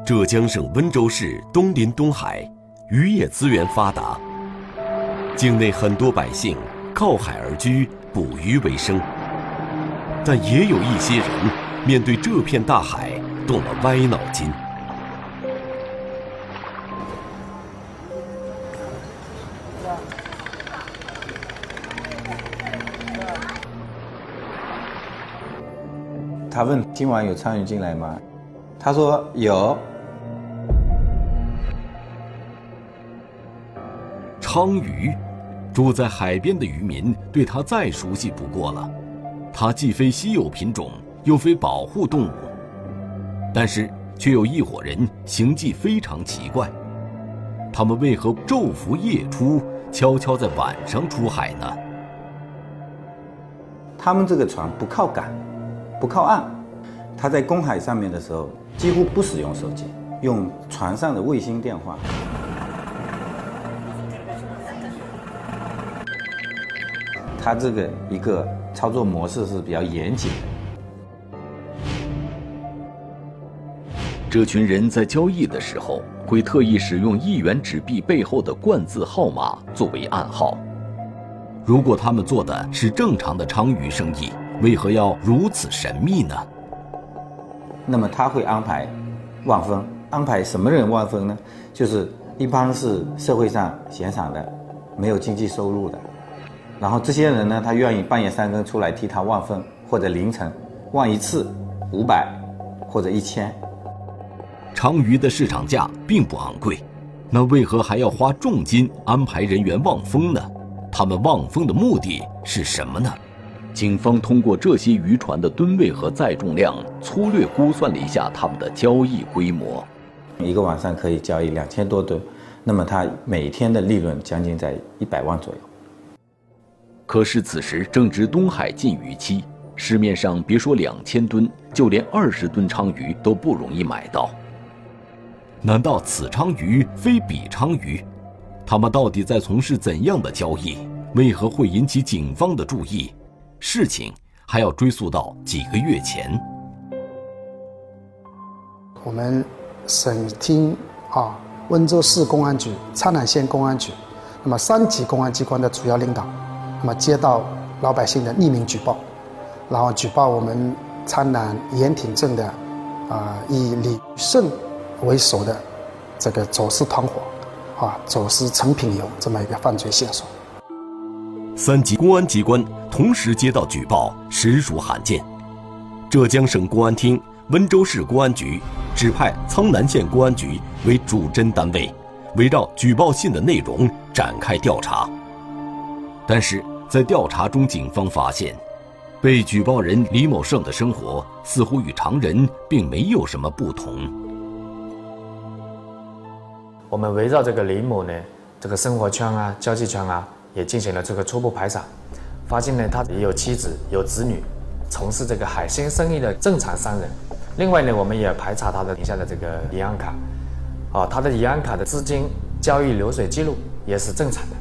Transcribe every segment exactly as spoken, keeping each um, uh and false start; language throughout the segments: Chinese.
浙江省温州市东临东海，渔业资源发达，境内很多百姓靠海而居，捕鱼为生。但也有一些人面对这片大海动了歪脑筋。 他问今晚有鲳鱼进来吗？他说有。 鲳鱼，住在海边的渔民对它再熟悉不过了。它既非稀有品种，又非保护动物，但是却有一伙人行迹非常奇怪。他们为何昼伏夜出，悄悄在晚上出海呢？ 他们这个船不靠港，不靠岸，他在公海上面的时候几乎不使用手机，用船上的卫星电话。他这个一个操作模式是比较严谨的。 这群人在交易的时候，会特意使用一元纸币背后的冠字号码作为暗号。如果他们做的是正常的鲳鱼生意，为何要如此神秘呢？ 那么他会安排望风，安排什么人望风呢？就是一般是社会上闲散的，没有经济收入的。然后这些人呢，他愿意半夜三更出来替他望风，或者凌晨望一次五百或者一千。 鲳鱼的市场价并不昂贵，那为何还要花重金安排人员望风呢？他们望风的目的是什么呢？警方通过这些渔船的吨位和载重量，粗略估算了一下他们的交易规模。 一个晚上可以交易两千多吨，那么他每天的利润将近在一百万左右。 可是此时正值东海禁渔期，市面上别说两千吨，就连二十吨鲳鱼都不容易买到。难道此鲳鱼非彼鲳鱼？他们到底在从事怎样的交易？为何会引起警方的注意？事情还要追溯到几个月前。 我们省厅啊，温州市公安局、苍南县公安局，那么三级公安机关的主要领导，那么接到老百姓的匿名举报，然后举报我们苍南盐亭镇的啊、呃、以李胜为首的这个走私团伙啊走私成品油这么一个犯罪线索。 三级公安机关同时接到举报，实属罕见。浙江省公安厅、温州市公安局指派苍南县公安局为主侦单位，围绕举报信的内容展开调查。但是在调查中，警方发现，被举报人李某胜的生活似乎与常人并没有什么不同。 我们围绕这个李某呢，这个生活圈啊、交际圈啊，也进行了这个初步排查，发现呢，他也有妻子、有子女，从事这个海鲜生意的正常商人。另外呢，我们也排查他的名下的这个银行卡，哦，他的银行卡的资金交易流水记录也是正常的。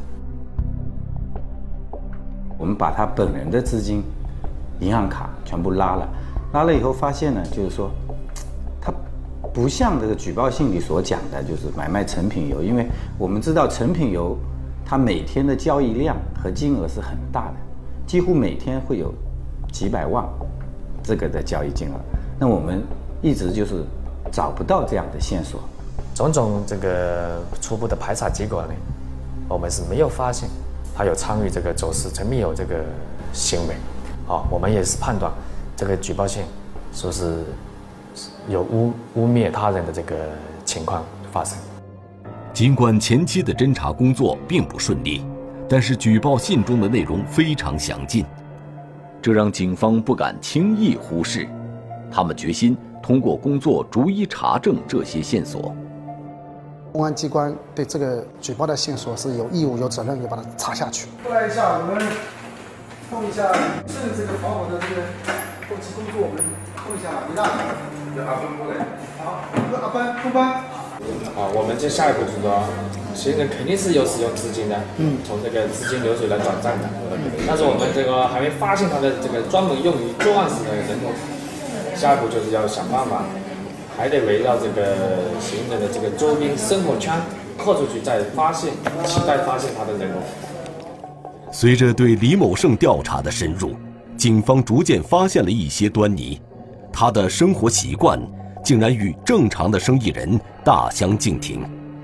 我们把他本人的资金、银行卡全部拉了，拉了以后发现呢，就是说，他不像这个举报信里所讲的，就是买卖成品油，因为我们知道成品油，它每天的交易量和金额是很大的，几乎每天会有几百万这个的交易金额。那我们一直就是找不到这样的线索。 种种这个初步的排查结果呢，我们是没有发现他有参与这个走私成品油这个行为。好，我们也是判断这个举报信说是有污污蔑他人的这个情况发生。 尽管前期的侦查工作并不顺利，但是举报信中的内容非常详尽，这让警方不敢轻易忽视。他们决心通过工作逐一查证这些线索。 公安机关对这个举报的线索是有义务、有责任要把它查下去。 过来一下，我们碰一下是这个团伙的这个后期工作，我们碰一下吧。李大，叫阿芬过来。好，阿芬，副班。 啊，我们就下一步就是说，嫌疑人肯定是有使用资金的，嗯，从这个资金流水来转账的。但是我们这个还没发现他的这个专门用于作案时的人头，下一步就是要想办法还得围绕这个行人的这个周边生活圈扩出去，再发现，期待发现他的人偶。 随着对李某胜调查的深入，警方逐渐发现了一些端倪，他的生活习惯竟然与正常的生意人大相径庭。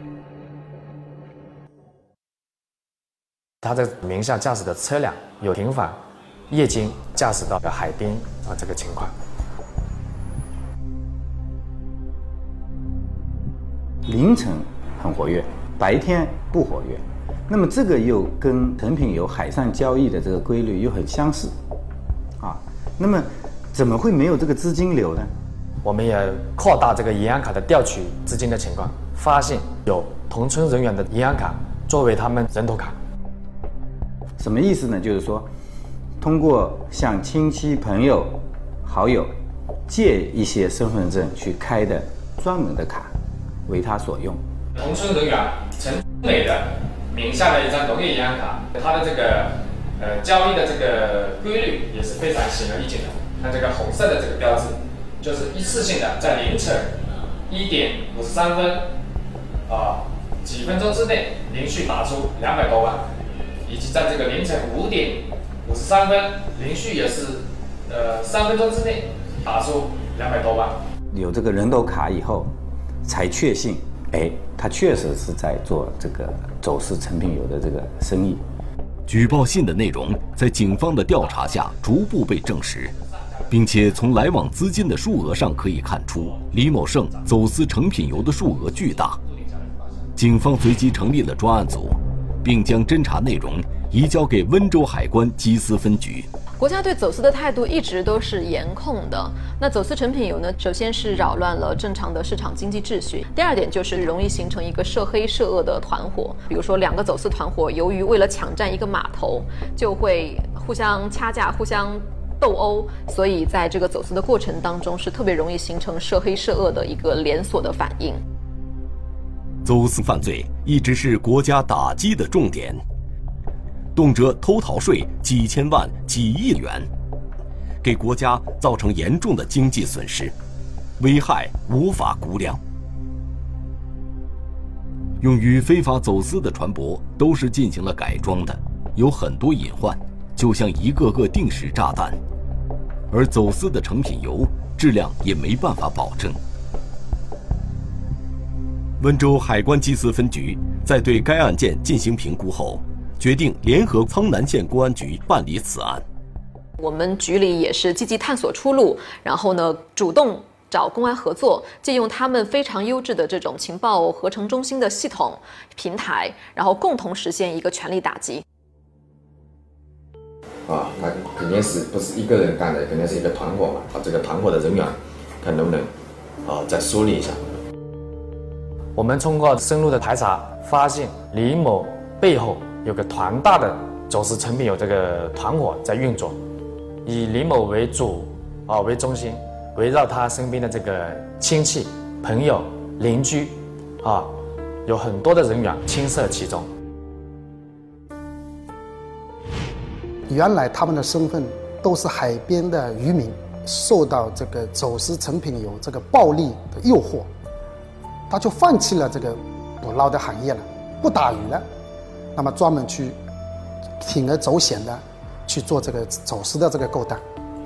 他在名下驾驶的车辆有频繁夜间驾驶到海边啊这个情况。 凌晨很活跃，白天不活跃，那么这个又跟成品油海上交易的这个规律又很相似，啊，那么怎么会没有这个资金流呢？ 我们也扩大这个银行卡的调取资金的情况，发现有同村人员的银行卡作为他们人头卡。 什么意思呢？就是说，通过向亲戚、朋友、好友借一些身份证去开的专门的卡，为他所用。 同村人员陈美的名下的一张农业银行卡，它的这个呃交易的这个规律也是非常显而易见的。看这个红色的这个标志，就是一次性的在凌晨一点五十三分啊几分钟之内连续打出两百多万，以及在这个凌晨五点五十三分连续也是呃三分钟之内打出两百多万。 有这个人头卡以后，才确信，哎，他确实是在做这个走私成品油的这个生意。 举报信的内容在警方的调查下逐步被证实，并且从来往资金的数额上可以看出，李某胜走私成品油的数额巨大。警方随即成立了专案组，并将侦查内容移交给温州海关缉私分局。 国家对走私的态度一直都是严控的。那走私成品油呢，首先是扰乱了正常的市场经济秩序，第二点就是容易形成一个涉黑涉恶的团伙。比如说两个走私团伙由于为了抢占一个码头，就会互相掐架、互相斗殴，所以在这个走私的过程当中是特别容易形成涉黑涉恶的一个连锁的反应。 走私犯罪一直是国家打击的重点，动辄偷逃税几千万、几亿元，给国家造成严重的经济损失，危害无法估量。用于非法走私的船舶都是进行了改装的，有很多隐患，就像一个个定时炸弹。而走私的成品油质量也没办法保证。温州海关缉私分局在对该案件进行评估后，决定联合苍南县公安局办理此案。 我们局里也是积极探索出路，然后呢，主动找公安合作，借用他们非常优质的这种情报合成中心的系统平台，然后共同实现一个全力打击。 啊，他肯定是不是一个人干的，肯定是一个团伙嘛。啊，这个团伙的人员看能不能啊再梳理一下。 我们通过深入的排查，发现李某背后有个团大的走私成品油这个团伙在运作，以李某为主啊为中心，围绕他身边的这个亲戚、朋友、邻居啊，有很多的人员牵涉其中。 原来他们的身份都是海边的渔民，受到这个走私成品油这个暴利的诱惑，他就放弃了这个捕捞的行业了，不打鱼了，那么专门去铤而走险的去做这个走私的这个勾当。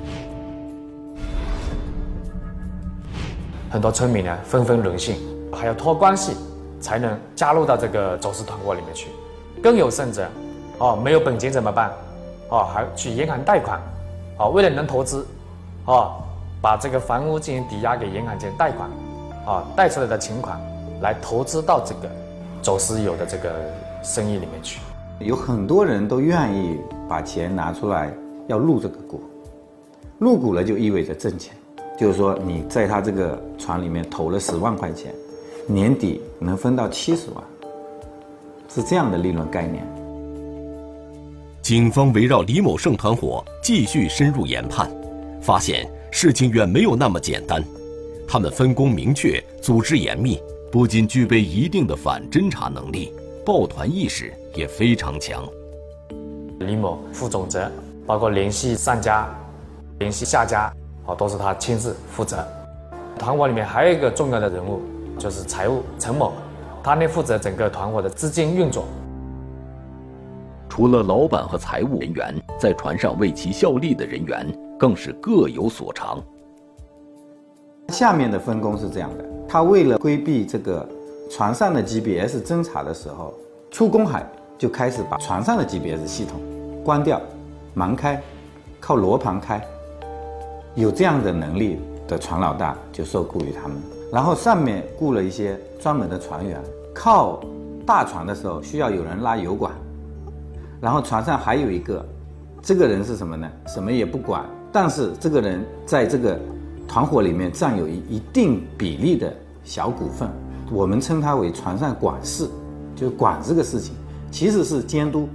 很多村民呢纷纷沦陷，还要托关系才能加入到这个走私团伙里面去。更有甚者，哦，没有本金怎么办？哦，还去银行贷款，哦，为了能投资，哦，把这个房屋进行抵押给银行进行贷款，啊，贷出来的钱款来投资到这个走私油的这个生意里面去。 有很多人都愿意把钱拿出来要入这个股，入股了就意味着挣钱，就是说你在他这个船里面投了十万块钱，年底能分到七十万，是这样的利润概念。 警方围绕李某胜团伙继续深入研判，发现事情远没有那么简单。他们分工明确，组织严密，不仅具备一定的反侦查能力，抱团意识也非常强。 李某负总责，包括联系上家、联系下家，哦，都是他亲自负责。 团伙里面还有一个重要的人物，就是财务陈某，他呢负责整个团伙的资金运作。 除了老板和财务人员，在船上为其效力的人员更是各有所长。 下面的分工是这样的，他为了规避这个船上的 G P S 侦查的时候，出公海就开始把船上的 G P S 系统关掉，盲开，靠罗盘开。有这样的能力的船老大就受雇于他们，然后上面雇了一些专门的船员，靠大船的时候需要有人拉油管，然后船上还有一个，这个人是什么呢？什么也不管，但是这个人在这个团伙里面占有一定比例的小股份，我们称他为船上管事，就是管这个事情，其实是监督。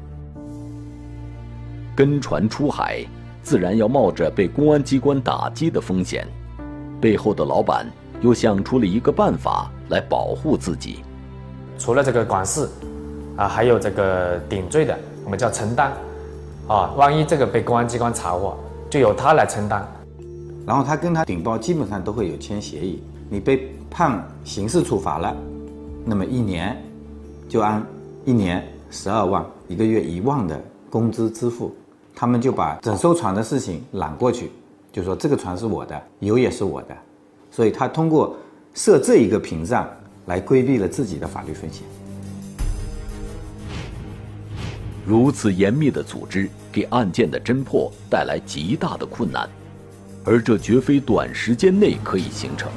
跟船出海，自然要冒着被公安机关打击的风险，背后的老板又想出了一个办法来保护自己。 除了这个管事啊，还有这个顶罪的，我们叫承担啊，万一这个被公安机关查获，就由他来承担。 然后他跟他顶包基本上都会有签协议，你被判刑事处罚了，那么一年就按一年十二万，一个月一万的工资支付，他们就把整艘船的事情揽过去，就说这个船是我的，油也是我的，所以他通过设这一个屏障来规避了自己的法律风险。 如此严密的组织给案件的侦破带来极大的困难，而这绝非短时间内可以形成。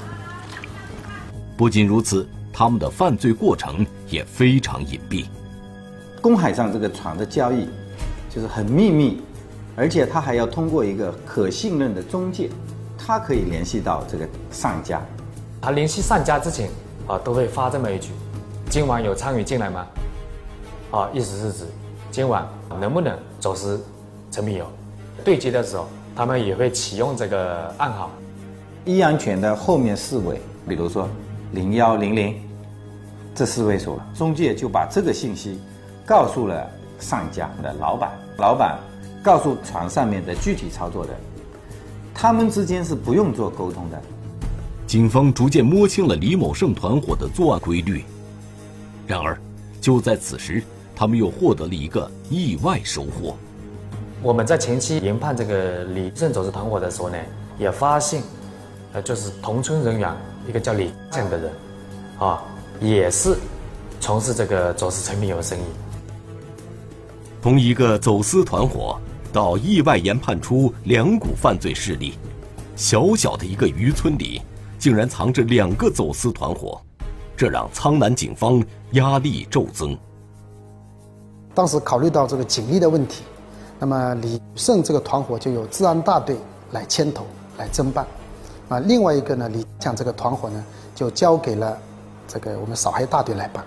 不仅如此，他们的犯罪过程也非常隐蔽。 公海上这个船的交易就是很秘密，而且他还要通过一个可信任的中介，他可以联系到这个上家。 他联系上家之前啊，都会发这么一句：今晚有参与进来吗？啊，意思是指今晚能不能走私成品油？对接的时候，他们也会启用这个暗号。 易安全的后面四位，比如说零幺零零这四位数，中介就把这个信息告诉了上家的老板，老板告诉船上面的具体操作人，他们之间是不用做沟通的。 警方逐渐摸清了李某胜团伙的作案规律，然而就在此时，他们又获得了一个意外收获。 我们在前期研判这个李胜走私团伙的时候呢，也发现，呃，就是同村人员一个叫李胜的人，啊，也是从事这个走私成品油生意。 从一个走私团伙到意外研判出两股犯罪势力，小小的一个渔村里，竟然藏着两个走私团伙，这让苍南警方压力骤增。 当时考虑到这个警力的问题，那么李胜这个团伙就由治安大队来牵头来侦办，啊，另外一个呢，李强这个团伙呢，就交给了这个我们扫黑大队来办。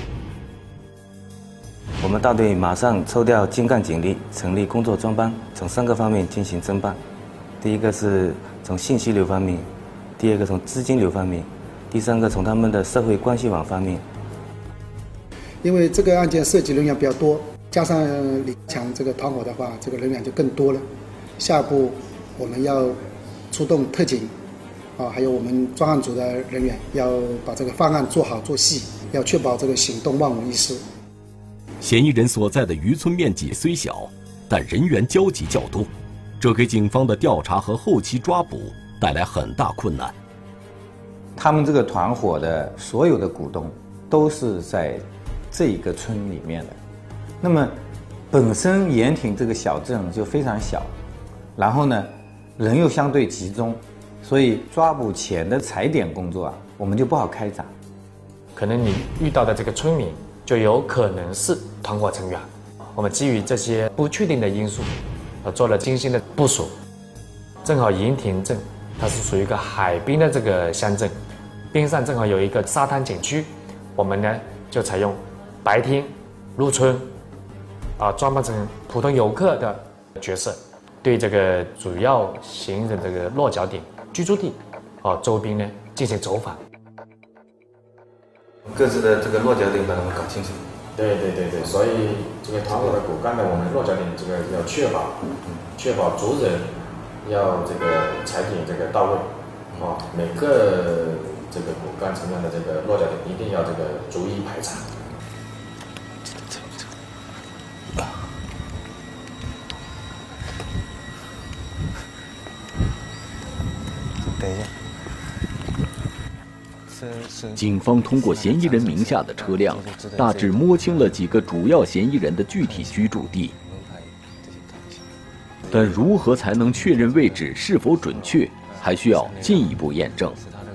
我们大队马上抽调精干警力，成立工作专班，从三个方面进行侦办。第一个是从信息流方面，第二个从资金流方面，第三个从他们的社会关系网方面。 因为这个案件涉及人员比较多，加上李强这个团伙的话，这个人员就更多了。下一步我们要出动特警，啊，还有我们专案组的人员，要把这个方案做好做细，要确保这个行动万无一失。 嫌疑人所在的渔村面积虽小，但人员交集较多，这给警方的调查和后期抓捕带来很大困难。 他们这个团伙的所有的股东都是在这一个村里面的，那么本身盐亭这个小镇就非常小，然后呢人又相对集中，所以抓捕前的踩点工作啊，我们就不好开展。 可能你遇到的这个村民就有可能是团伙成员。我们基于这些不确定的因素，呃，做了精心的部署。正好盐亭镇它是属于一个海滨的这个乡镇，边上正好有一个沙滩景区，我们呢就采用白天入村，啊，装扮成普通游客的角色，对这个主要嫌疑人这个落脚点、居住地，啊，周边呢进行走访。 各自的这个落脚点把他们搞清楚。 对对对对，所以这个团伙的骨干呢，我们落脚点这个要确保，确保族人要这个踩点这个到位， 哦，每个这个骨干成员的这个落脚点一定要这个逐一排查。 等一下。 警方通过嫌疑人名下的车辆，大致摸清了几个主要嫌疑人的具体居住地。但如何才能确认位置是否准确，还需要进一步验证。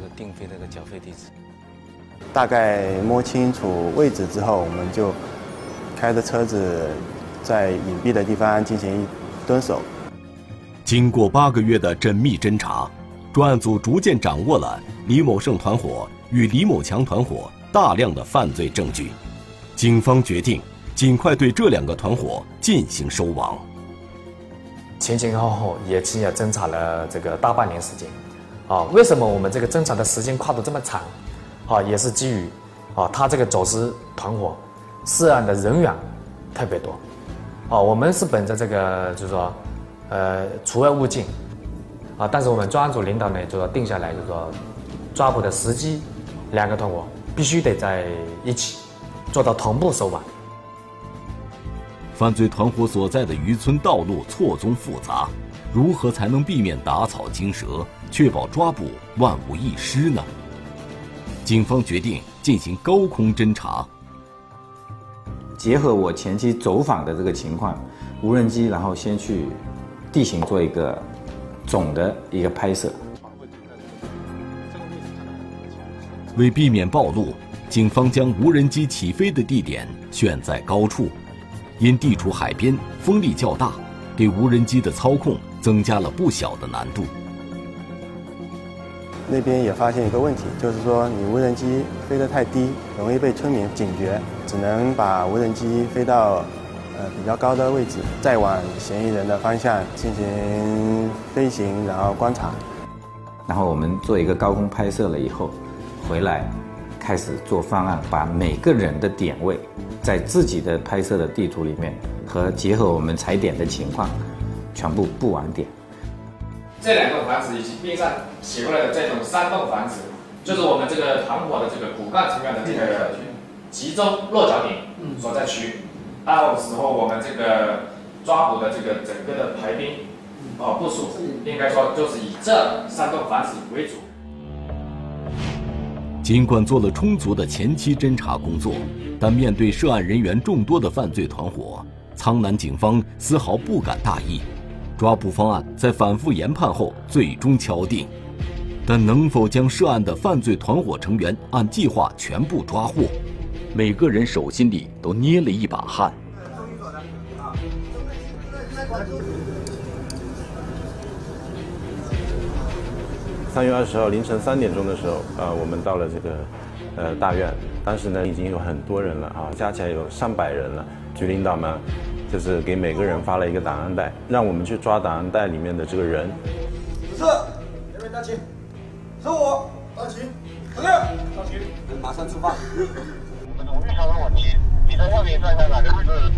大概摸清楚位置之后，我们就开着车子在隐蔽的地方进行蹲守。 经过八个月的缜密侦查，专案组逐渐掌握了李某胜团伙与李某强团伙大量的犯罪证据。警方决定尽快对这两个团伙进行收网。 前前后后也其实也侦查了这个大半年时间，啊，为什么我们这个侦查的时间跨度这么长？啊，也是基于啊，他这个走私团伙涉案的人员特别多，啊，我们是本着这个就是说，呃，除恶务尽，啊，但是我们专案组领导呢就说定下来，就是说抓捕的时机，两个团伙必须得在一起，做到同步收网。 犯罪团伙所在的渔村道路错综复杂，如何才能避免打草惊蛇，确保抓捕万无一失呢？警方决定进行高空侦查。 结合我前期走访的这个情况，无人机然后先去地形做一个总的一个拍摄。 为避免暴露，警方将无人机起飞的地点选在高处，因地处海边，风力较大，给无人机的操控增加了不小的难度。 那边也发现一个问题，就是说你无人机飞得太低，容易被村民警觉，只能把无人机飞到呃比较高的位置，再往嫌疑人的方向进行飞行，然后观察。 然后我们做一个高空拍摄了以后，回来开始做方案，把每个人的点位在自己的拍摄的地图里面和结合我们踩点的情况，全部布网点。 这两栋房子以及边上写过来的这栋三栋房子，就是我们这个团伙的这个骨干成员的这个集中落脚点所在区域。案后的时候，我们这个抓捕的这个整个的排兵哦部署，应该说就是以这三栋房子为主。 尽管做了充足的前期侦查工作，但面对涉案人员众多的犯罪团伙，苍南警方丝毫不敢大意。抓捕方案在反复研判后最终敲定，但能否将涉案的犯罪团伙成员按计划全部抓获，每个人手心里都捏了一把汗。 三月二十号凌晨三点钟的时候，呃，我们到了这个呃大院，当时呢已经有很多人了啊，加起来有上百人了。局领导们就是给每个人发了一个档案袋，让我们去抓档案袋里面的这个人。 十四，前面大旗，十五，大旗，十六，大旗，马上出发。 我遇到个问题，你在外面站在哪个位置？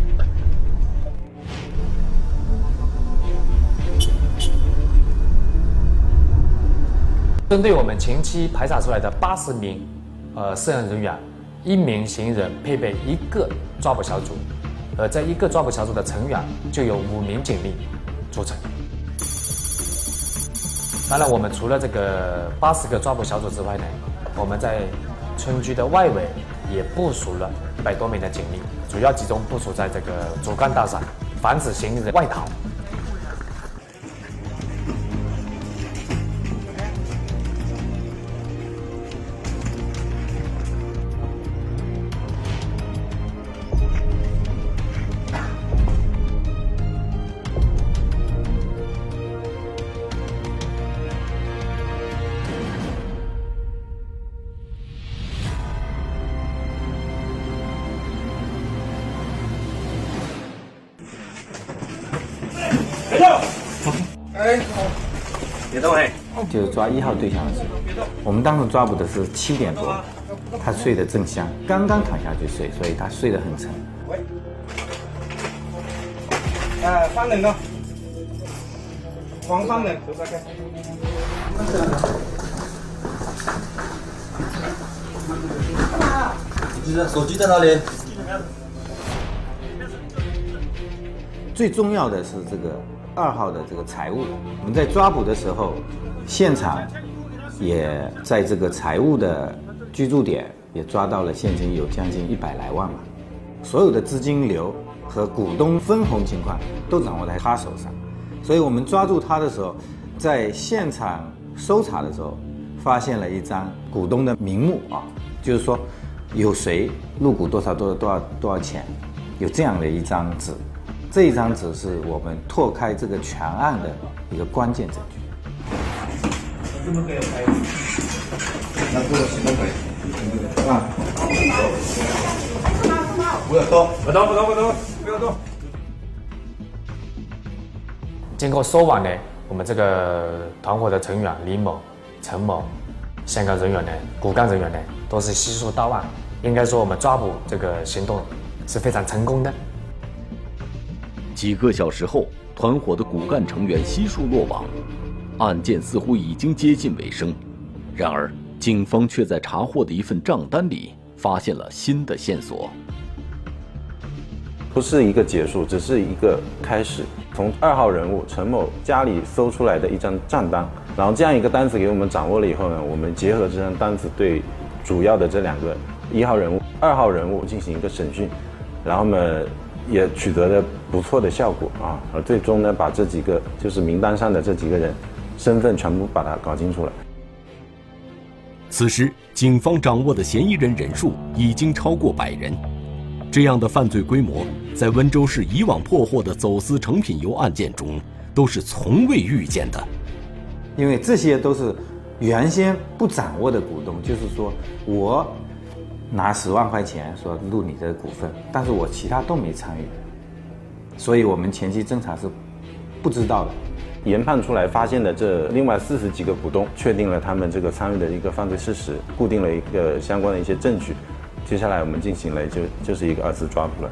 针对我们前期排查出来的八十名呃涉案人员，一名嫌疑人配备一个抓捕小组。而这一个抓捕小组的成员就有五名警力组成。当然，我们除了这个八十个抓捕小组之外呢，我们在村居的外围也部署了一百多名的警力，主要集中部署在这个主干道上，防止嫌疑人外逃。 哎， 别动哎！ 就是抓一号对象的时候，我们当时抓捕的是七点多，他睡得正香，刚刚躺下去睡，所以他睡得很沉。 喂，哎，方冷呢？黄方冷，手打开。 手机在哪里？ 最重要的是这个二号的这个财物，我们在抓捕的时候，现场也在这个财物的居住点也抓到了现金有将近一百来万嘛，所有的资金流和股东分红情况都掌握在他手上，所以我们抓住他的时候，在现场搜查的时候，发现了一张股东的名目啊，就是说有谁入股多少多少多少多少钱，有这样的一张纸。这一张纸是我们拓开这个全案的一个关键证据。 这么可以拍？那这个什么鬼？啊！不要动！不动！不动！不动！不要动！ 经过搜网呢，我们这个团伙的成员李某、陈某、相关人员呢、骨干人员呢，都是悉数到案。应该说，我们抓捕这个行动是非常成功的。 几个小时后，团伙的骨干成员悉数落网，案件似乎已经接近尾声。然而，警方却在查获的一份账单里发现了新的线索。 不是一个结束，只是一个开始。从二号人物陈某家里搜出来的一张账单，然后这样一个单子给我们掌握了以后呢，我们结合这张单子对主要的这两个一号人物、二号人物进行一个审讯，然后呢也取得了不错的效果啊，而最终呢把这几个就是名单上的这几个人身份全部把它搞清楚了。 此时，警方掌握的嫌疑人人数已经超过百人。这样的犯罪规模，在温州市以往破获的走私成品油案件中，都是从未遇见的。 因为这些都是原先不掌握的股东，就是说我拿十万块钱说入你的股份，但是我其他都没参与，所以我们前期侦查是不知道的。 研判出来发现的这另外四十几个股东，确定了他们这个参与的一个犯罪事实，固定了一个相关的一些证据。接下来我们进行了就就是一个二次抓捕了。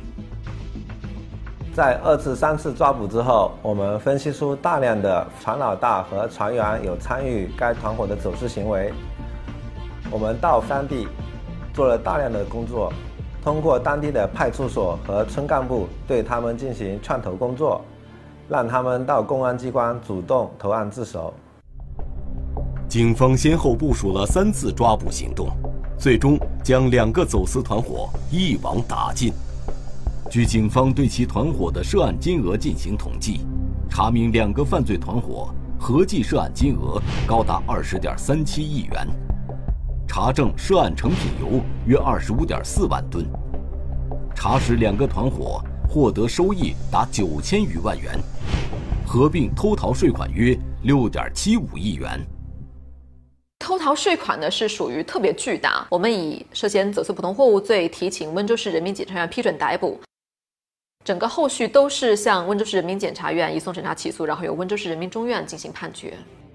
在二次、三次抓捕之后，我们分析出大量的船老大和船员有参与该团伙的走私行为。我们到当地做了大量的工作，通过当地的派出所和村干部对他们进行串投工作，让他们到公安机关主动投案自首。 警方先后部署了三次抓捕行动，最终将两个走私团伙一网打尽。据警方对其团伙的涉案金额进行统计，查明两个犯罪团伙合计涉案金额高达二十点三七亿元，查证涉案成品油约二十五点四万吨，查实两个团伙获得收益达九千余万元，合并偷逃税款约六点七五亿元。 偷逃税款呢是属于特别巨大，我们以涉嫌走私普通货物罪提请温州市人民检察院批准逮捕，整个后续都是向温州市人民检察院移送审查起诉，然后由温州市人民中院进行判决。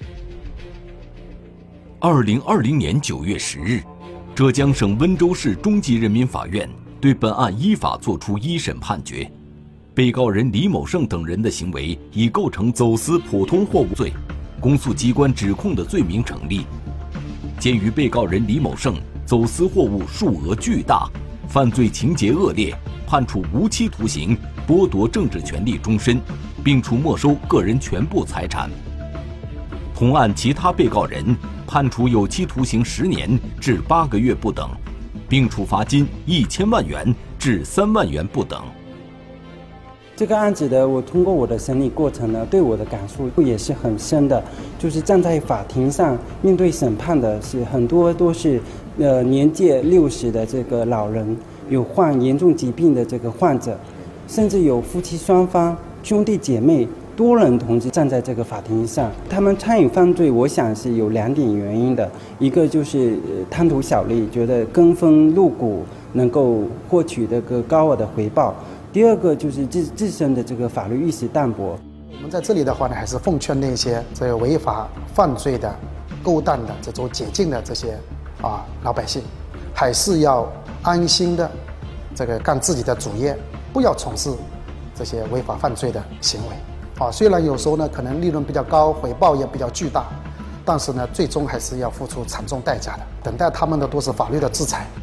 二零二零年九月十日，浙江省温州市中级人民法院对本案依法作出一审判决，被告人李某胜等人的行为已构成走私普通货物罪，公诉机关指控的罪名成立。鉴于被告人李某胜走私货物数额巨大，犯罪情节恶劣，判处无期徒刑，剥夺政治权利终身，并处没收个人全部财产。同案其他被告人判处有期徒刑十年至八个月不等，并处罚金一千万元至三万元不等。 这个案子的，我通过我的审理过程呢，对我的感触也是很深的。就是站在法庭上面对审判的是很多都是，呃，年届六十的这个老人，有患严重疾病的这个患者，甚至有夫妻双方、兄弟姐妹多人同时站在这个法庭上。他们参与犯罪，我想是有两点原因的，一个就是贪图小利，觉得跟风入股能够获取这个高额的回报。第二个就是自自身的这个法律意识淡薄。 我们在这里的话呢，还是奉劝那些这个违法犯罪的、勾当的、这种解禁的这些啊老百姓，还是要安心的这个干自己的主业，不要从事这些违法犯罪的行为。啊，虽然有时候呢可能利润比较高，回报也比较巨大， 但是呢，最终还是要付出惨重代价的。等待他们的都是法律的制裁。